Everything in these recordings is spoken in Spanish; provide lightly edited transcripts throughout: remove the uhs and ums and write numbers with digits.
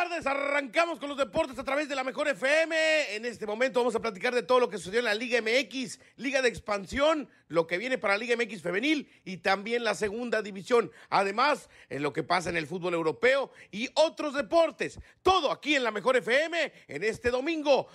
tardes, arrancamos con los deportes a través de la Mejor FM. En este momento vamos a platicar de todo lo que sucedió en la Liga MX, Liga de Expansión, lo que viene para la Liga MX femenil y también la segunda división. Además, en lo que pasa en el fútbol europeo y otros deportes. Todo aquí en la Mejor FM en este domingo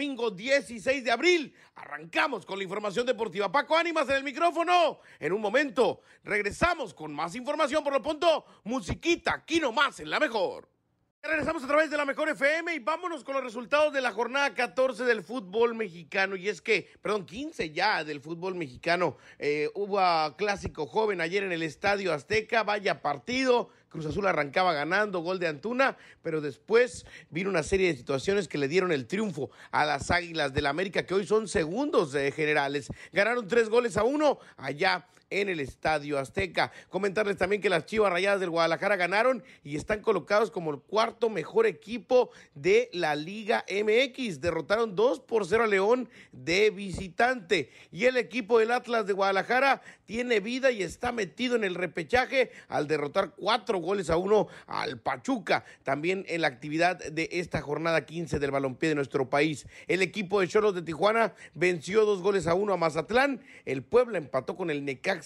16 de abril. Arrancamos con la información deportiva. Paco Ánimas en el micrófono. En un momento regresamos con más información. Por lo pronto, musiquita, aquí nomás en la Mejor. Regresamos a través de la Mejor FM y vámonos con los resultados de la jornada 14 del fútbol mexicano. Y es que, 15 ya del fútbol mexicano. Hubo clásico joven ayer en el Estadio Azteca, vaya partido. Cruz Azul arrancaba ganando, gol de Antuna, pero después vino una serie de situaciones que le dieron el triunfo a las Águilas del América, que hoy son segundos generales. Ganaron 3-1 allá en el Estadio Azteca. Comentarles también que las Chivas Rayadas del Guadalajara ganaron y están colocados como el cuarto mejor equipo de la Liga MX. Derrotaron 2-0 a León de visitante. Y el equipo del Atlas de Guadalajara tiene vida y está metido en el repechaje al derrotar 4-1 al Pachuca. También en la actividad de esta jornada 15 del balompié de nuestro país. El equipo de Xolos de Tijuana venció 2-1 a Mazatlán. El Puebla empató con el Necaxa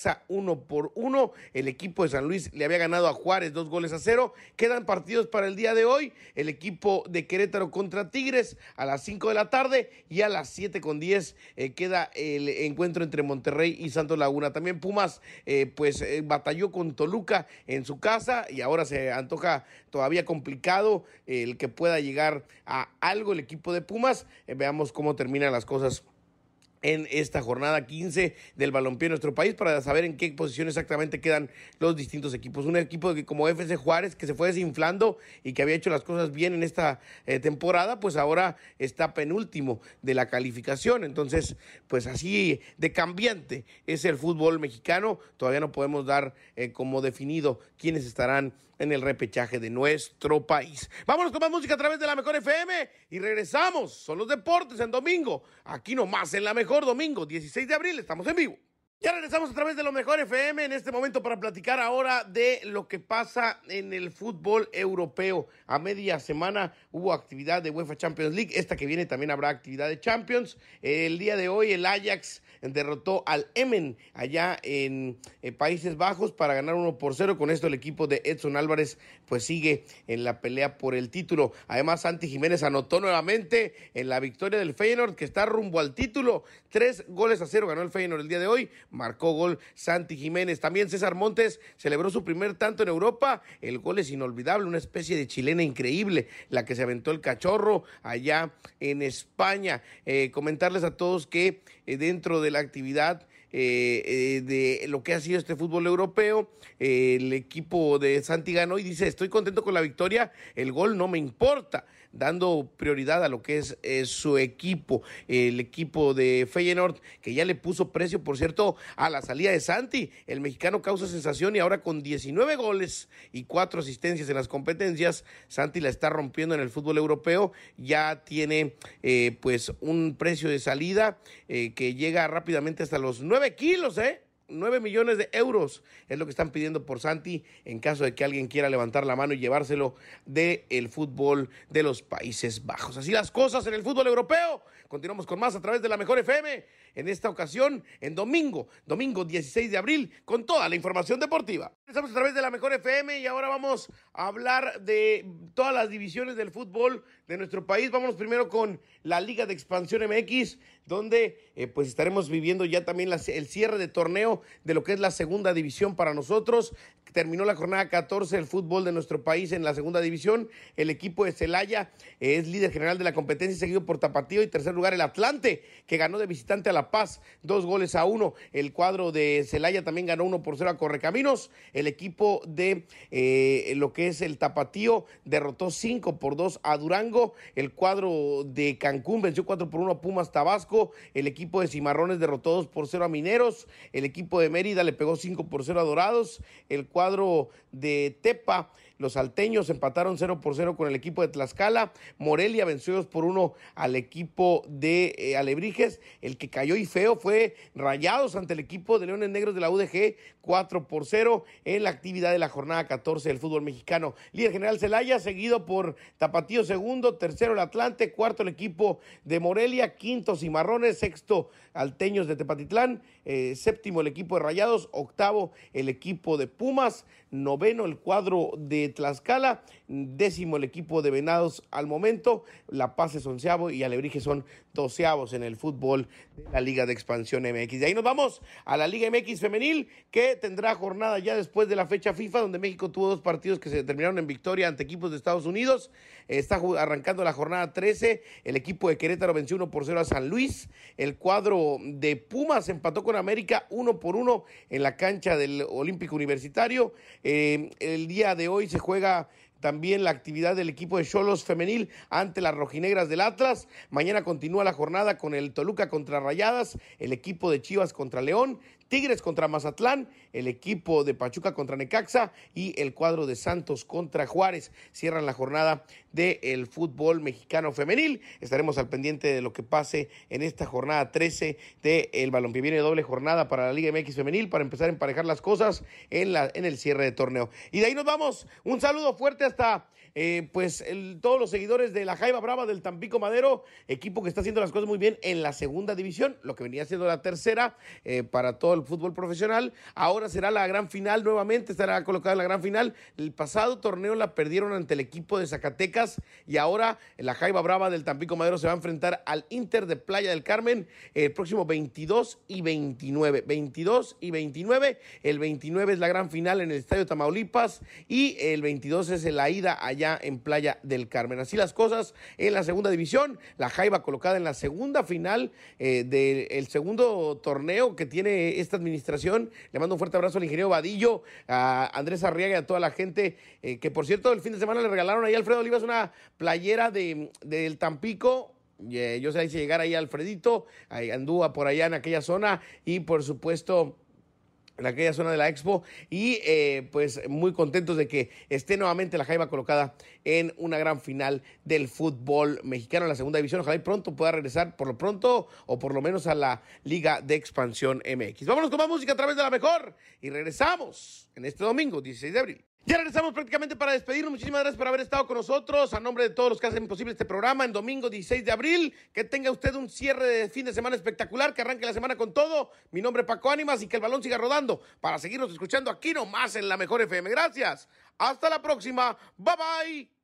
1-1. El equipo de San Luis le había ganado a Juárez 2-0. Quedan partidos para el día de hoy. El equipo de Querétaro contra Tigres a las 5 de la tarde y a las 7:10 queda el encuentro entre Monterrey y Santos Laguna. También Pumas batalló con Toluca en su casa y ahora se antoja todavía complicado el que pueda llegar a algo el equipo de Pumas. Veamos cómo terminan las cosas en esta jornada 15 del balompié en nuestro país para saber en qué posición exactamente quedan los distintos equipos. Un equipo como FC Juárez, que se fue desinflando y que había hecho las cosas bien en esta temporada, pues ahora está penúltimo de la calificación. Entonces, pues así de cambiante es el fútbol mexicano. Todavía no podemos dar como definido quiénes estarán en el repechaje de nuestro país. Vámonos con más música a través de la Mejor FM y regresamos. Son los deportes en domingo, aquí nomás en la Mejor. Domingo 16 de abril, estamos en vivo. Ya regresamos a través de lo Mejor FM en este momento para platicar ahora de lo que pasa en el fútbol europeo. A media semana hubo actividad de UEFA Champions League, esta que viene también habrá actividad de Champions. El día de hoy el Ajax derrotó al Emmen allá en Países Bajos para ganar 1-0. Con esto el equipo de Edson Álvarez pues sigue en la pelea por el título. Además Santi Jiménez anotó nuevamente en la victoria del Feyenoord, que está rumbo al título. 3-0 ganó el Feyenoord el día de hoy. Marcó gol Santi Jiménez. También César Montes celebró su primer tanto en Europa. El gol es inolvidable, una especie de chilena increíble, la que se aventó el cachorro allá en España. Comentarles a todos que dentro de la actividad de lo que ha sido este fútbol europeo, el equipo de Santi ganó y dice: estoy contento con la victoria, el gol no me importa, dando prioridad a lo que es su equipo, el equipo de Feyenoord, que ya le puso precio, por cierto, a la salida de Santi. El mexicano causa sensación y ahora con 19 goles y 4 asistencias en las competencias, Santi la está rompiendo en el fútbol europeo. Ya tiene pues un precio de salida que llega rápidamente hasta los 9 kilos, 9 millones de euros es lo que están pidiendo por Santi en caso de que alguien quiera levantar la mano y llevárselo del fútbol de los Países Bajos. Así las cosas en el fútbol europeo. Continuamos con más a través de la Mejor FM, en esta ocasión en domingo 16 de abril, con toda la información deportiva. Estamos a través de la Mejor FM y ahora vamos a hablar de todas las divisiones del fútbol de nuestro país. Vámonos primero con la Liga de Expansión MX, donde pues estaremos viviendo ya también el cierre de torneo de lo que es la segunda división para nosotros. Terminó la jornada 14 del fútbol de nuestro país en la segunda división. El equipo de Celaya es líder general de la competencia, seguido por Tapatío, y tercer lugar el Atlante, que ganó de visitante a La Paz 2-1. El cuadro de Celaya también ganó 1-0 a Correcaminos. El equipo de lo que es el Tapatío derrotó 5-2 a Durango. El cuadro de Cancún venció 4-1 a Pumas Tabasco. El equipo de Cimarrones derrotó 2-0 a Mineros. El equipo de Mérida le pegó 5-0 a Dorados. El cuadro de Tepa los salteños empataron 0-0 con el equipo de Tlaxcala. Morelia venció 2-1 al equipo de Alebrijes. El que cayó y feo fue Rayados ante el equipo de Leones Negros de la UDG, 4-0 en la actividad de la jornada 14 del fútbol mexicano. Líder general Celaya, seguido por Tapatío segundo, tercero el Atlante, cuarto el equipo de Morelia, quinto Cimarrones, sexto Alteños de Tepatitlán, séptimo el equipo de Rayados, octavo el equipo de Pumas, noveno el cuadro de Tlaxcala, décimo el equipo de Venados al momento, La Paz es onceavo y Alebrijes son doceavos en el fútbol de la Liga de Expansión MX. De ahí nos vamos a la Liga MX femenil, que tendrá jornada ya después de la fecha FIFA, donde México tuvo dos partidos que se terminaron en victoria ante equipos de Estados Unidos. Está arrancando la jornada 13, el equipo de Querétaro venció 1-0 a San Luis, el cuadro de Pumas empató con América 1-1 en la cancha del Olímpico Universitario. El día de hoy se juega también la actividad del equipo de Xolos femenil ante las rojinegras del Atlas. Mañana continúa la jornada con el Toluca contra Rayadas, el equipo de Chivas contra León, Tigres contra Mazatlán, el equipo de Pachuca contra Necaxa y el cuadro de Santos contra Juárez. Cierran la jornada del fútbol mexicano femenil. Estaremos al pendiente de lo que pase en esta jornada 13 del balompié. Viene doble jornada para la Liga MX femenil para empezar a emparejar las cosas en el cierre de torneo. Y de ahí nos vamos. Un saludo fuerte hasta todos los seguidores de la Jaiba Brava del Tampico Madero, equipo que está haciendo las cosas muy bien en la segunda división, lo que venía siendo la tercera para todo el fútbol profesional. Ahora será la gran final nuevamente, estará colocada en la gran final. El pasado torneo la perdieron ante el equipo de Zacatecas y ahora la Jaiba Brava del Tampico Madero se va a enfrentar al Inter de Playa del Carmen el próximo 22 y 29. 22 y 29. El 29 es la gran final en el Estadio Tamaulipas y el 22 es la ida allá en Playa del Carmen. Así las cosas en la segunda división. La Jaiba colocada en la segunda final del segundo torneo que tiene esta administración. Le mando un fuerte abrazo al ingeniero Vadillo, a Andrés Arriaga y a toda la gente que, por cierto, el fin de semana le regalaron ahí a Alfredo Olivas una playera del Tampico. Yo se la hice llegar ahí a Alfredito, ahí andúa por allá en aquella zona y, por supuesto, en aquella zona de la Expo, y pues muy contentos de que esté nuevamente la Jaiba colocada en una gran final del fútbol mexicano en la segunda división. Ojalá y pronto pueda regresar, por lo pronto, o por lo menos a la Liga de Expansión MX. Vámonos con más música a través de la mejor, y regresamos en este domingo, 16 de abril. Ya regresamos prácticamente para despedirnos. Muchísimas gracias por haber estado con nosotros. A nombre de todos los que hacen posible este programa en domingo 16 de abril. Que tenga usted un cierre de fin de semana espectacular. Que arranque la semana con todo. Mi nombre es Paco Ánimas y que el balón siga rodando para seguirnos escuchando aquí nomás en la mejor FM. Gracias. Hasta la próxima. Bye bye.